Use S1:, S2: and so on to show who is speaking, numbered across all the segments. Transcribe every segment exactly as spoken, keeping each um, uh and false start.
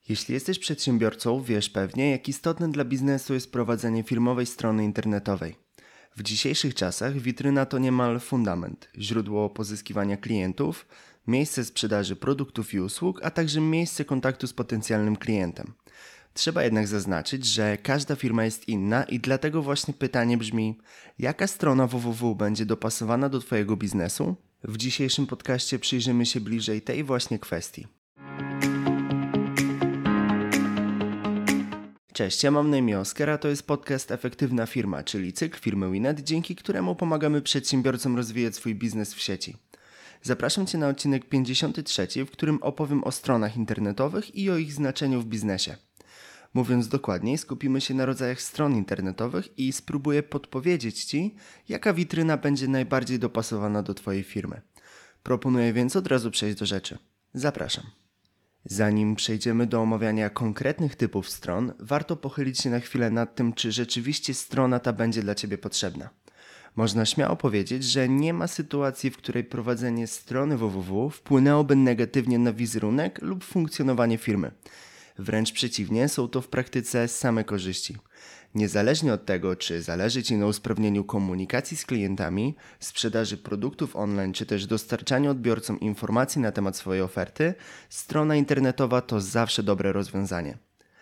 S1: Jeśli jesteś przedsiębiorcą, wiesz pewnie, jak istotne dla biznesu jest prowadzenie firmowej strony internetowej. W dzisiejszych czasach witryna to niemal fundament, źródło pozyskiwania klientów, miejsce sprzedaży produktów i usług, a także miejsce kontaktu z potencjalnym klientem. Trzeba jednak zaznaczyć, że każda firma jest inna i dlatego właśnie pytanie brzmi, jaka strona www będzie dopasowana do Twojego biznesu? W dzisiejszym podcaście przyjrzymy się bliżej tej właśnie kwestii. Cześć, ja mam na imię Oskar, a to jest podcast Efektywna Firma, czyli cykl firmy Winnet, dzięki któremu pomagamy przedsiębiorcom rozwijać swój biznes w sieci. Zapraszam Cię na odcinek pięćdziesiąty trzeci, w którym opowiem o stronach internetowych i o ich znaczeniu w biznesie. Mówiąc dokładniej, skupimy się na rodzajach stron internetowych i spróbuję podpowiedzieć Ci, jaka witryna będzie najbardziej dopasowana do Twojej firmy. Proponuję więc od razu przejść do rzeczy. Zapraszam. Zanim przejdziemy do omawiania konkretnych typów stron, warto pochylić się na chwilę nad tym, czy rzeczywiście strona ta będzie dla Ciebie potrzebna. Można śmiało powiedzieć, że nie ma sytuacji, w której prowadzenie strony www wpłynęłoby negatywnie na wizerunek lub funkcjonowanie firmy. Wręcz przeciwnie, są to w praktyce same korzyści. Niezależnie od tego, czy zależy Ci na usprawnieniu komunikacji z klientami, sprzedaży produktów online, czy też dostarczaniu odbiorcom informacji na temat swojej oferty, strona internetowa to zawsze dobre rozwiązanie.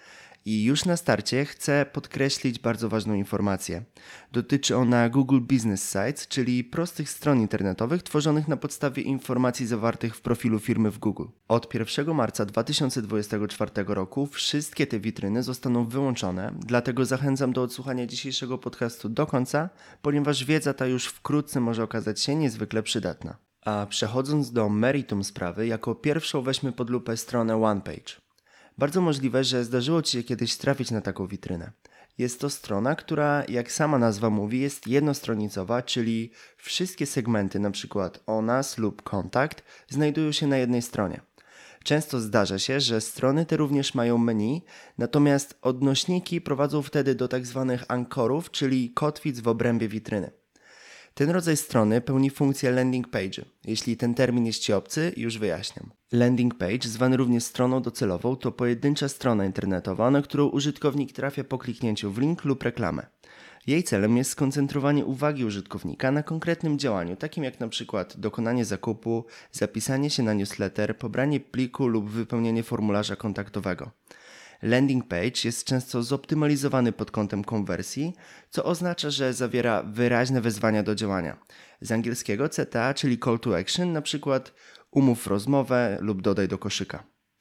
S1: I już na starcie chcę podkreślić bardzo ważną informację. Dotyczy ona Google Business Sites, czyli prostych stron internetowych tworzonych na podstawie informacji zawartych w profilu firmy w Google. Od pierwszego marca dwa tysiące dwudziestego czwartego roku wszystkie te witryny zostaną wyłączone, dlatego zachęcam do odsłuchania dzisiejszego podcastu do końca, ponieważ wiedza ta już wkrótce może okazać się niezwykle przydatna. A przechodząc do meritum sprawy, jako pierwszą weźmy pod lupę stronę OnePage. Bardzo możliwe, że zdarzyło Ci się kiedyś trafić na taką witrynę. Jest to strona, która, jak sama nazwa mówi, jest jednostronicowa, czyli wszystkie segmenty, np. o nas lub kontakt, znajdują się na jednej stronie. Często zdarza się, że strony te również mają menu, natomiast odnośniki prowadzą wtedy do tzw. ankorów, czyli kotwic w obrębie witryny. Ten rodzaj strony pełni funkcję landing page. Jeśli ten termin jest Ci obcy, już wyjaśniam. Landing page, zwany również stroną docelową, to pojedyncza strona internetowa, na którą użytkownik trafia po kliknięciu w link lub reklamę. Jej celem jest skoncentrowanie uwagi użytkownika na konkretnym działaniu, takim jak np. dokonanie zakupu, zapisanie się na newsletter, pobranie pliku lub wypełnienie formularza kontaktowego. Landing page jest często zoptymalizowany pod kątem konwersji, co oznacza, że zawiera wyraźne wezwania do działania. Z angielskiego C T A, czyli call to action, na przykład umów rozmowę lub dodaj do koszyka.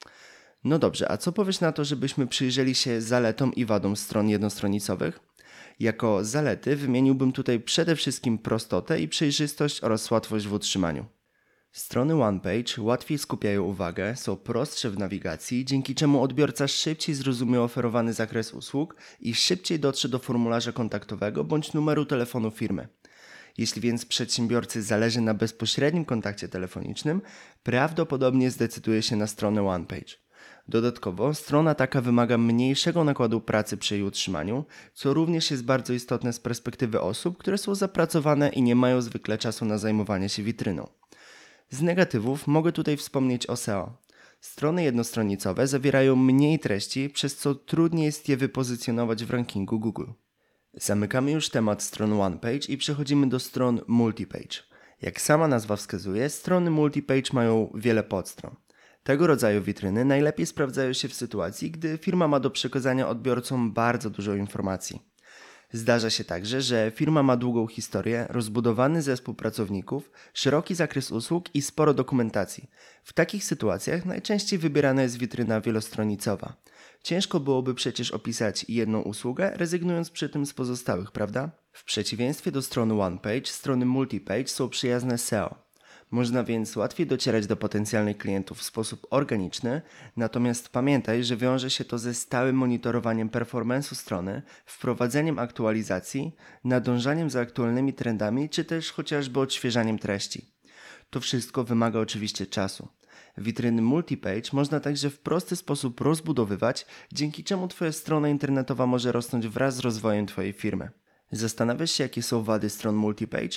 S1: No dobrze, a co powiesz na to, żebyśmy przyjrzeli się zaletom i wadom stron jednostronicowych? Jako zalety wymieniłbym tutaj przede wszystkim prostotę i przejrzystość oraz łatwość w utrzymaniu. Strony OnePage łatwiej skupiają uwagę, są prostsze w nawigacji, dzięki czemu odbiorca szybciej zrozumie oferowany zakres usług i szybciej dotrze do formularza kontaktowego bądź numeru telefonu firmy. Jeśli więc przedsiębiorcy zależy na bezpośrednim kontakcie telefonicznym, prawdopodobnie zdecyduje się na stronę OnePage. Dodatkowo strona taka wymaga mniejszego nakładu pracy przy jej utrzymaniu, co również jest bardzo istotne z perspektywy osób, które są zapracowane i nie mają zwykle czasu na zajmowanie się witryną. Z negatywów mogę tutaj wspomnieć o S E O. Strony jednostronicowe zawierają mniej treści, przez co trudniej jest je wypozycjonować w rankingu Google. Zamykamy już temat stron OnePage i przechodzimy do stron Multipage. Jak sama nazwa wskazuje, strony Multipage mają wiele podstron. Tego rodzaju witryny najlepiej sprawdzają się w sytuacji, gdy firma ma do przekazania odbiorcom bardzo dużo informacji. Zdarza się także, że firma ma długą historię, rozbudowany zespół pracowników, szeroki zakres usług i sporo dokumentacji. W takich sytuacjach najczęściej wybierana jest witryna wielostronicowa. Ciężko byłoby przecież opisać jedną usługę, rezygnując przy tym z pozostałych, prawda? W przeciwieństwie do strony OnePage, strony Multipage są przyjazne S E O. Można więc łatwiej docierać do potencjalnych klientów w sposób organiczny, natomiast pamiętaj, że wiąże się to ze stałym monitorowaniem performance'u strony, wprowadzeniem aktualizacji, nadążaniem za aktualnymi trendami, czy też chociażby odświeżaniem treści. To wszystko wymaga oczywiście czasu. Witryny Multipage można także w prosty sposób rozbudowywać, dzięki czemu Twoja strona internetowa może rosnąć wraz z rozwojem Twojej firmy. Zastanawiasz się, jakie są wady stron Multipage?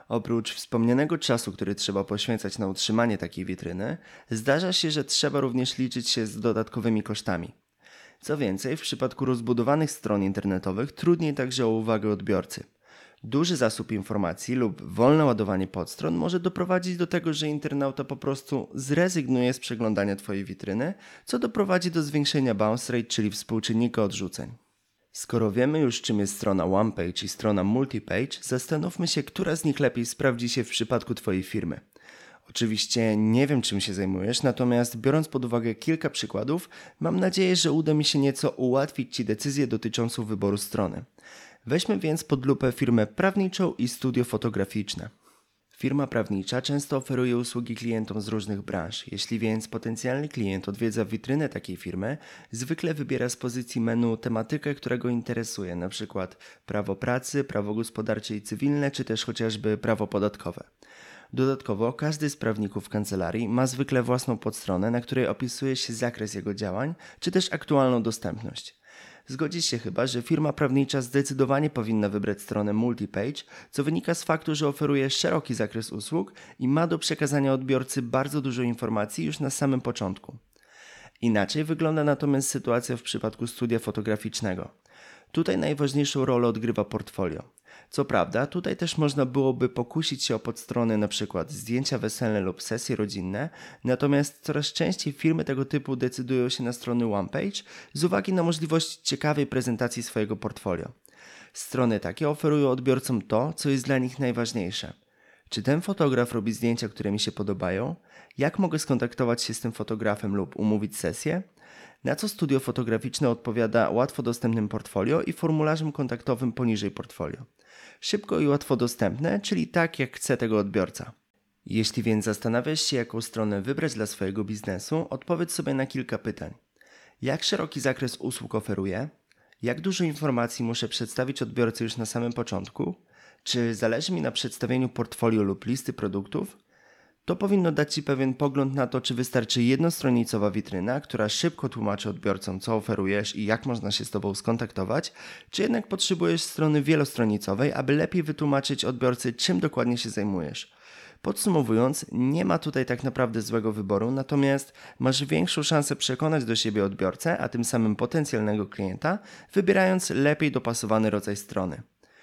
S1: Oprócz wspomnianego czasu, który trzeba poświęcać na utrzymanie takiej witryny, zdarza się, że trzeba również liczyć się z dodatkowymi kosztami. Co więcej, w przypadku rozbudowanych stron internetowych trudniej także o uwagę odbiorcy. Duży zasób informacji lub wolne ładowanie podstron może doprowadzić do tego, że internauta po prostu zrezygnuje z przeglądania Twojej witryny, co doprowadzi do zwiększenia bounce rate, czyli współczynnika odrzuceń. Skoro wiemy już, czym jest strona one page i strona multi-page, zastanówmy się, która z nich lepiej sprawdzi się w przypadku Twojej firmy. Oczywiście nie wiem, czym się zajmujesz, natomiast biorąc pod uwagę kilka przykładów, mam nadzieję, że uda mi się nieco ułatwić Ci decyzję dotyczącą wyboru strony. Weźmy więc pod lupę firmę prawniczą i studio fotograficzne. Firma prawnicza często oferuje usługi klientom z różnych branż. Jeśli więc potencjalny klient odwiedza witrynę takiej firmy, zwykle wybiera z pozycji menu tematykę, która go interesuje, np. prawo pracy, prawo gospodarcze i cywilne, czy też chociażby prawo podatkowe. Dodatkowo każdy z prawników w kancelarii ma zwykle własną podstronę, na której opisuje się zakres jego działań, czy też aktualną dostępność. Zgodzisz się chyba, że firma prawnicza zdecydowanie powinna wybrać stronę multi-page, co wynika z faktu, że oferuje szeroki zakres usług i ma do przekazania odbiorcy bardzo dużo informacji już na samym początku. Inaczej wygląda natomiast sytuacja w przypadku studia fotograficznego. Tutaj najważniejszą rolę odgrywa portfolio. Co prawda, tutaj też można byłoby pokusić się o podstrony np. zdjęcia weselne lub sesje rodzinne, natomiast coraz częściej firmy tego typu decydują się na strony one page z uwagi na możliwość ciekawej prezentacji swojego portfolio. Strony takie oferują odbiorcom to, co jest dla nich najważniejsze. Czy ten fotograf robi zdjęcia, które mi się podobają? Jak mogę skontaktować się z tym fotografem lub umówić sesję? Na co studio fotograficzne odpowiada łatwo dostępnym portfolio i formularzem kontaktowym poniżej portfolio. Szybko i łatwo dostępne, czyli tak jak chce tego odbiorca. Jeśli więc zastanawiasz się, jaką stronę wybrać dla swojego biznesu, odpowiedz sobie na kilka pytań. Jak szeroki zakres usług oferuję? Jak dużo informacji muszę przedstawić odbiorcy już na samym początku? Czy zależy mi na przedstawieniu portfolio lub listy produktów? To powinno dać Ci pewien pogląd na to, czy wystarczy jednostronicowa witryna, która szybko tłumaczy odbiorcom, co oferujesz i jak można się z Tobą skontaktować, czy jednak potrzebujesz strony wielostronicowej, aby lepiej wytłumaczyć odbiorcy, czym dokładnie się zajmujesz. Podsumowując, nie ma tutaj tak naprawdę złego wyboru, natomiast masz większą szansę przekonać do siebie odbiorcę, a tym samym potencjalnego klienta, wybierając lepiej dopasowany rodzaj strony.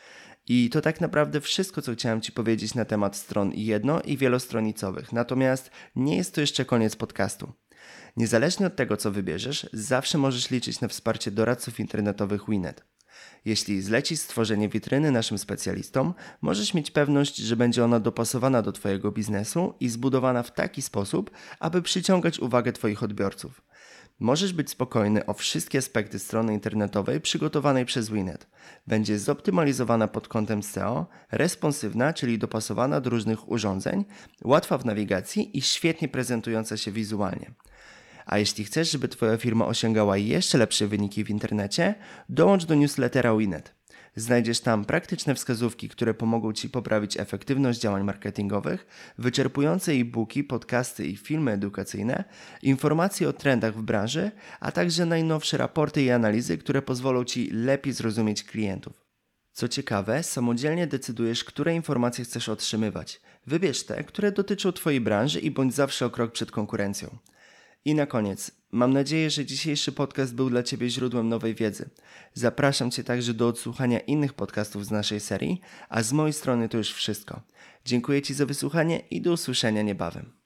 S1: I to tak naprawdę wszystko, co chciałem Ci powiedzieć na temat stron jedno- i wielostronicowych. Natomiast nie jest to jeszcze koniec podcastu. Niezależnie od tego, co wybierzesz, zawsze możesz liczyć na wsparcie doradców internetowych Winnet. Jeśli zlecisz stworzenie witryny naszym specjalistom, możesz mieć pewność, że będzie ona dopasowana do Twojego biznesu i zbudowana w taki sposób, aby przyciągać uwagę Twoich odbiorców. Możesz być spokojny o wszystkie aspekty strony internetowej przygotowanej przez Winnet. Będzie zoptymalizowana pod kątem S E O, responsywna, czyli dopasowana do różnych urządzeń, łatwa w nawigacji i świetnie prezentująca się wizualnie. A jeśli chcesz, żeby Twoja firma osiągała jeszcze lepsze wyniki w internecie, dołącz do newslettera Winnet. Znajdziesz tam praktyczne wskazówki, które pomogą Ci poprawić efektywność działań marketingowych, wyczerpujące e-booki, podcasty i filmy edukacyjne, informacje o trendach w branży, a także najnowsze raporty i analizy, które pozwolą Ci lepiej zrozumieć klientów. Co ciekawe, samodzielnie decydujesz, które informacje chcesz otrzymywać. Wybierz te, które dotyczą Twojej branży i bądź zawsze o krok przed konkurencją. I na koniec, mam nadzieję, że dzisiejszy podcast był dla Ciebie źródłem nowej wiedzy. Zapraszam Cię także do odsłuchania innych podcastów z naszej serii, a z mojej strony to już wszystko. Dziękuję Ci za wysłuchanie i do usłyszenia niebawem.